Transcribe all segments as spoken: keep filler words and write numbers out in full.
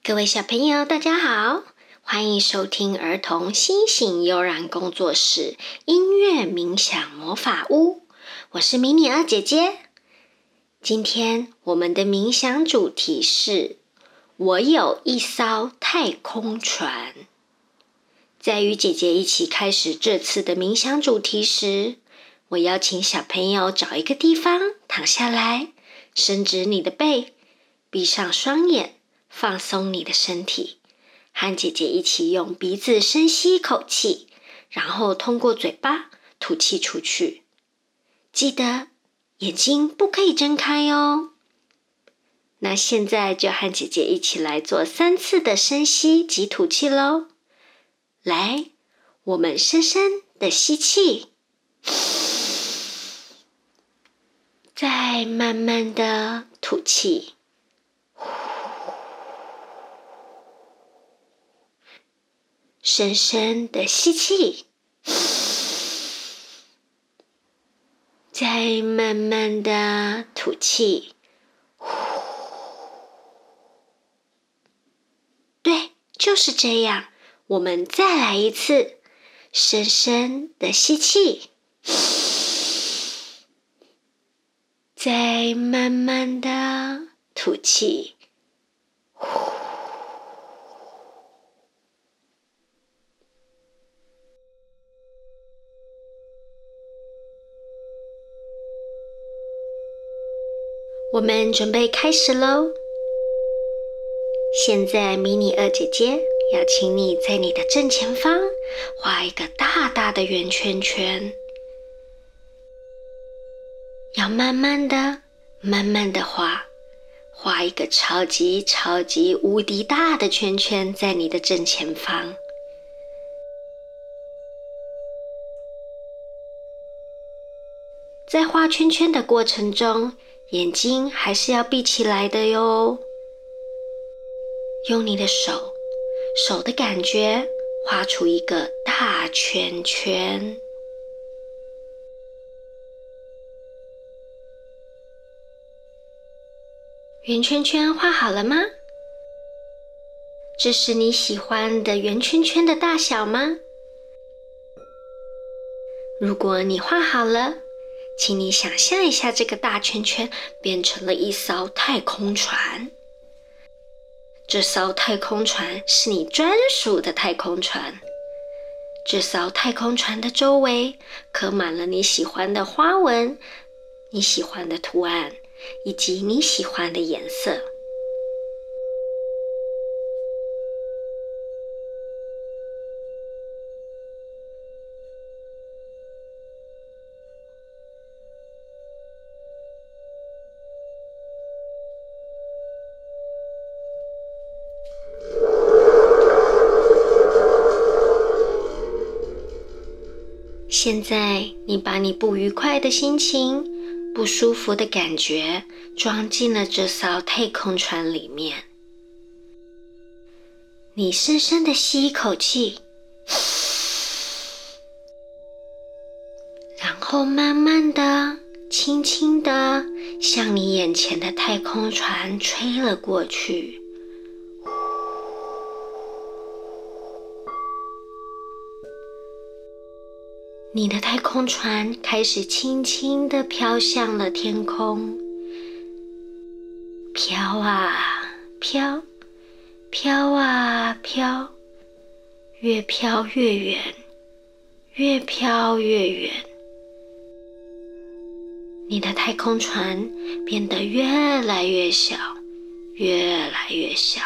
各位小朋友，大家好，欢迎收听儿童星星悠然工作室音乐冥想魔法屋，我是迷你二姐姐。今天我们的冥想主题是我有一艘太空船。在与姐姐一起开始这次的冥想主题时，我邀请小朋友找一个地方躺下来，伸直你的背，闭上双眼，放松你的身体，和姐姐一起用鼻子深吸一口气，然后通过嘴巴吐气出去。记得眼睛不可以睁开哦。那现在就和姐姐一起来做三次的深吸及吐气咯。来，我们深深的吸气，再慢慢的吐气。深深的吸气，再慢慢的吐气。对，就是这样。我们再来一次，深深的吸气，再慢慢的吐气。我们准备开始咯。现在迷你二姐姐要请你在你的正前方画一个大大的圆圈圈，要慢慢的慢慢的画，画一个超级超级无敌大的圈圈在你的正前方。在画圈圈的过程中，眼睛还是要闭起来的哟。用你的手，手的感觉画出一个大圈圈。圆圈圈画好了吗？这是你喜欢的圆圈圈的大小吗？如果你画好了，请你想象一下，这个大圈圈变成了一艘太空船。这艘太空船是你专属的太空船。这艘太空船的周围刻满了你喜欢的花纹、你喜欢的图案，以及你喜欢的颜色。现在你把你不愉快的心情、不舒服的感觉装进了这艘太空船里面。你深深的吸一口气，然后慢慢的、轻轻的向你眼前的太空船吹了过去。你的太空船开始轻轻地飘向了天空，飘啊飘，飘啊飘，越飘越远，越飘越远。你的太空船变得越来越小，越来越小。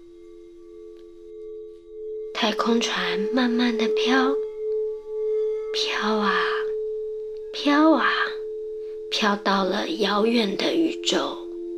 太空船慢慢地飘，飘啊飘啊，飘到了遥远的宇宙。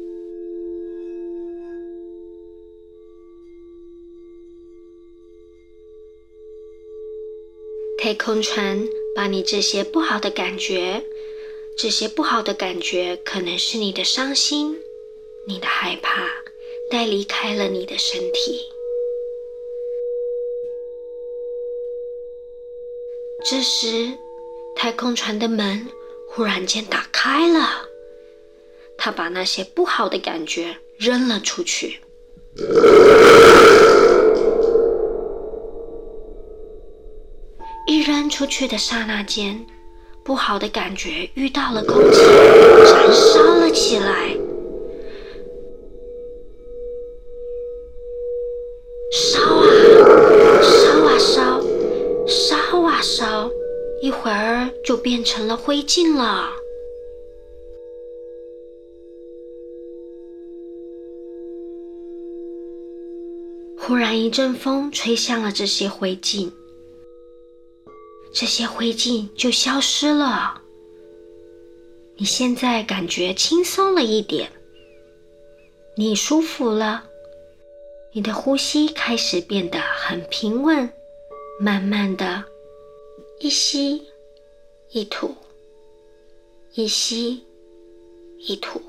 太空船把你这些不好的感觉，这些不好的感觉可能是你的伤心、你的害怕，带离开了你的身体。这时，太空船的门忽然间打开了，它把那些不好的感觉扔了出去。 伸出去的刹那间，不好的感觉遇到了空气，燃烧了起来。烧啊烧啊烧，烧啊烧，一会儿就变成了灰烬了。忽然一阵风吹向了这些灰烬，这些灰烬就消失了。你现在感觉轻松了一点，你舒服了，你的呼吸开始变得很平稳，慢慢的一吸一吐，一吸一吐。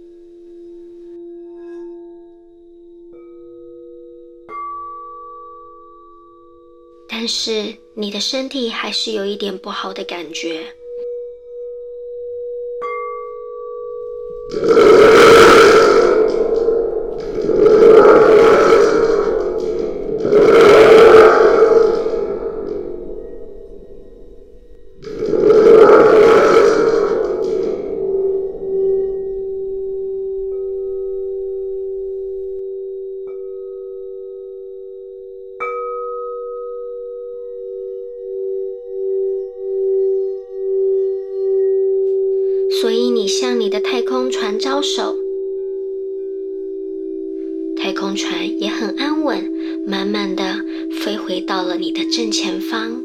但是你的身体还是有一点不好的感觉。所以你向你的太空船招手，太空船也很安稳，慢慢的飞回到了你的正前方。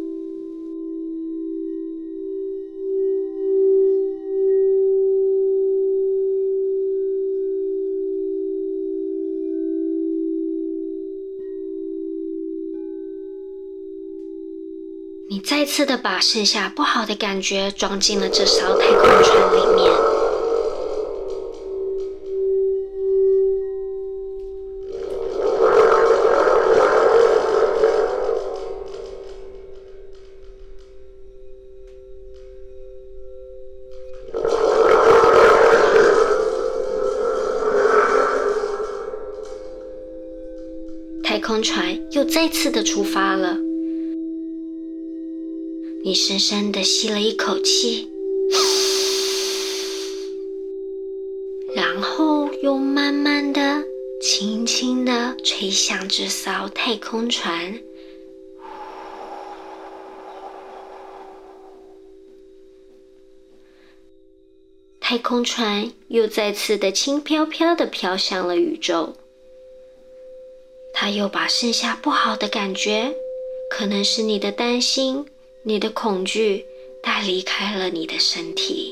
你再次的把剩下不好的感觉装进了这艘太空船里面。太空船又再次的出发了。你深深地吸了一口气，然后又慢慢地、轻轻地吹向这艘太空船。太空船又再次的轻飘飘地飘向了宇宙。它又把剩下不好的感觉，可能是你的担心、你的恐惧带离开了你的身体。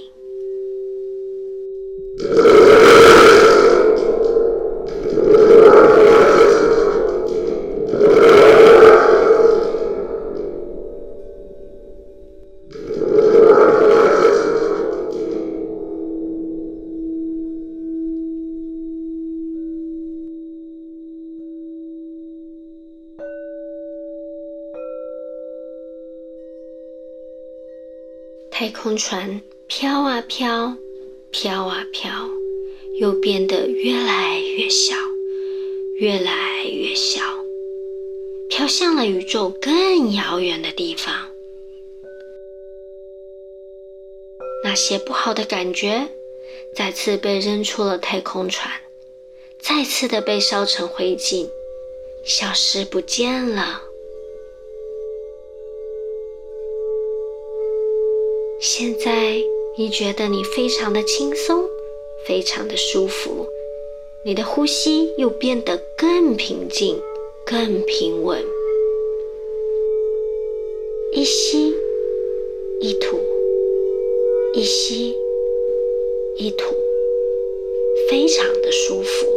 太空船飘啊飘，飘啊飘，又变得越来越小，越来越小，飘向了宇宙更遥远的地方。那些不好的感觉再次被扔出了太空船，再次的被烧成灰烬，消失不见了。现在你觉得你非常的轻松，非常的舒服，你的呼吸又变得更平静，更平稳。一吸一吐，一吸一吐，非常的舒服。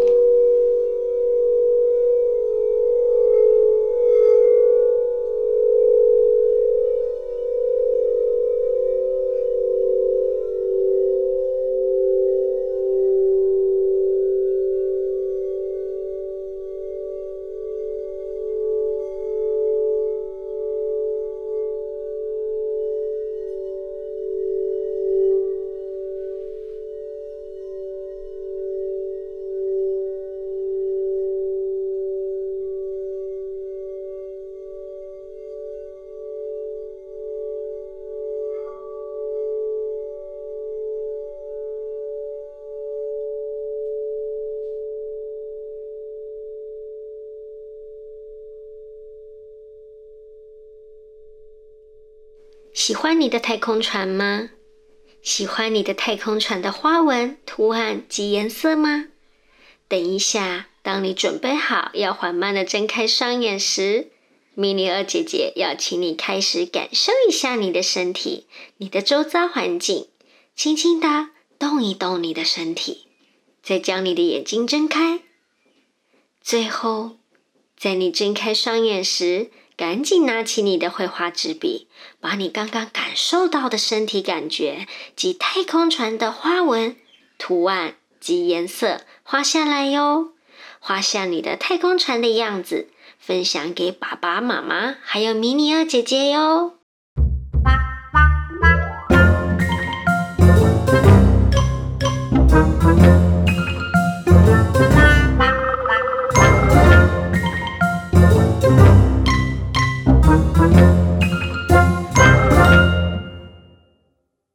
喜欢你的太空船吗？喜欢你的太空船的花纹、图案及颜色吗？等一下，当你准备好要缓慢地睁开双眼时，迷你二姐姐要请你开始感受一下你的身体，你的周遭环境，轻轻地动一动你的身体，再将你的眼睛睁开。最后，在你睁开双眼时，赶紧拿起你的绘画纸笔，把你刚刚感受到的身体感觉及太空船的花纹、图案及颜色画下来哟。画下你的太空船的样子，分享给爸爸妈妈还有迷你二姐姐哟。